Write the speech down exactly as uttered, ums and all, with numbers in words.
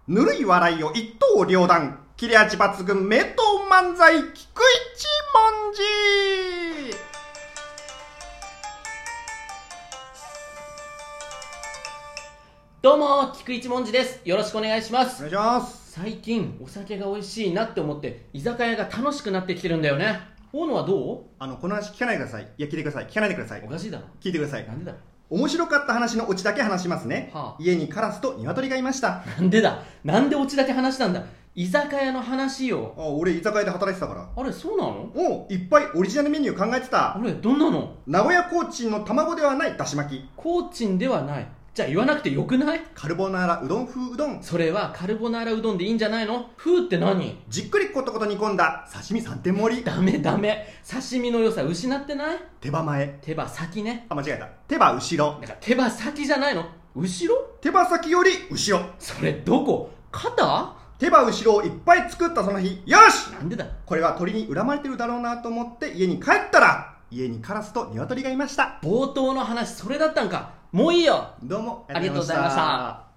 ぬるい笑いを一刀両断、切れ味抜群名刀漫才菊一文字。 どうも菊一文字です。よろしくお願いします。 お願いします。 最近お酒が美味しいなって思って居酒屋が楽しくなってきてるんだよね。大野はどう？ あのこの話聞かないでください。いや聞いてください。聞かないでください。 おかしいだろ。 聞いてください。 なんでだ。 面白かった話のオチだけ話しますね、はあ、家にカラスと鶏がいました。 なんでだ。なんでオチだけ話したんだ。居酒屋の話よ。 あ、俺居酒屋で働いてたから。 あれ、そうなの？ おう、いっぱいオリジナルメニュー考えてた。 あれ、どんなの？ 名古屋コーチンの卵ではないだし巻き。 コーチンではない。じゃあ言わなくてよくない？ カルボナーラうどん風うどん。 それはカルボナーラうどんでいいんじゃないの？風って何？ じっくりコトコト煮込んだ刺身さんてん盛り。 ダメダメ。刺身の良さ失ってない？ 手羽前。 手羽先ね。 あ、間違えた。手羽後ろ。 だから手羽先じゃないの？後ろ？ 手羽先より後ろ。 それどこ？肩？ 手羽後ろをいっぱい作ったその日、よし！ なんでだ。 これは鳥に恨まれてるだろうなと思って家に帰ったら、家にカラスと鶏がいました。 冒頭の話それだったんか。もういいよ。 どうもありがとうございました。